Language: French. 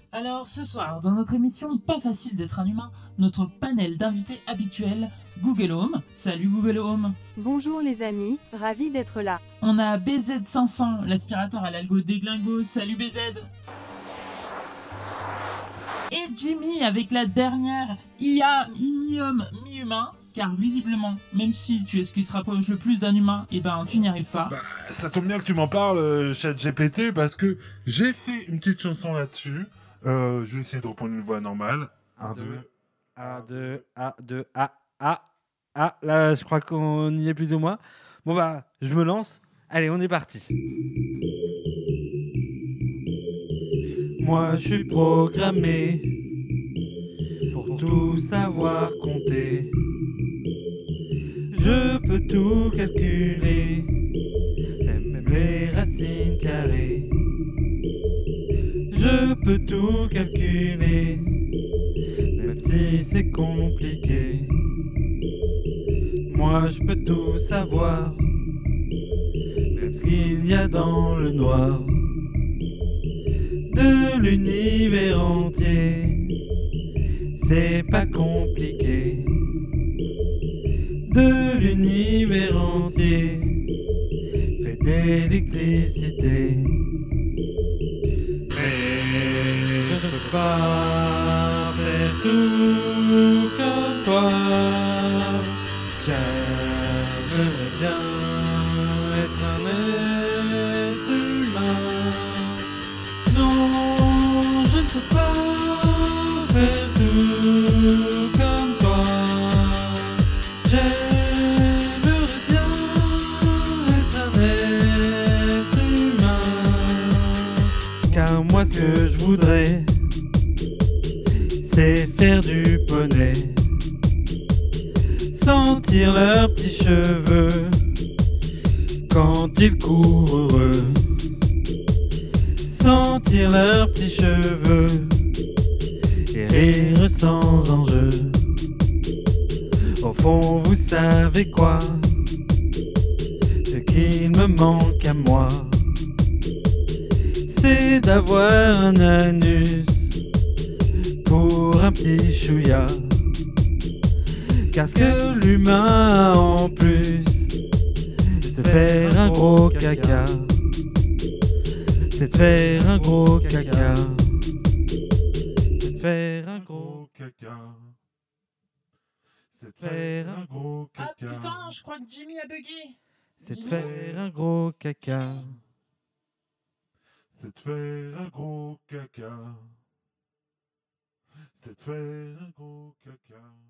Alors ce soir, dans notre émission Pas facile d'être un humain, notre panel d'invités habituels, Google Home. Salut Google Home. Bonjour les amis, ravi d'être là. On a BZ500, l'aspirateur à l'algo déglingo. Salut BZ. Et Jimmy avec la dernière IA mi-homme, mi-humain. Car visiblement, même si tu es ce qui se rapproche le plus d'un humain, et ben tu n'y arrives pas. Ça tombe bien que tu m'en parles, ChatGPT, parce que j'ai fait une petite chanson là-dessus. Je vais essayer de reprendre une voix normale. 1, 2, 1, 2, A, 2, A. Là, je crois qu'on y est plus ou moins. Bon, je me lance. Allez, on est parti. Moi, je suis programmé pour tout savoir compter. Je peux tout calculer, même les racines carrées. Je peux tout calculer, même si c'est compliqué. Moi je peux tout savoir, même ce qu'il y a dans le noir de l'univers entier. C'est pas compliqué. De l'univers entier, fait d'électricité. Mais je ne peux pas faire tout comme toi. J'aimerais bien être un être humain. Non, je ne peux pas faire tout comme toi. J'aimerais bien être un être humain. Car moi ce que je voudrais, c'est faire du poney. Sentir leurs petits cheveux quand ils courent heureux. Sentir leurs petits cheveux et rire sans enjeu. Au fond, vous savez quoi? Ce qu'il me manque à moi, c'est d'avoir un anus pour un petit chouïa. Car ce que l'humain a en plus, c'est de faire un gros caca. C'est de faire un gros caca. C'est de faire un gros caca. C'est de faire un gros caca. Ah putain, je crois que Jimmy a bugué. C'est de faire un gros caca. C'est de faire un gros caca. C'est de faire un gros caca.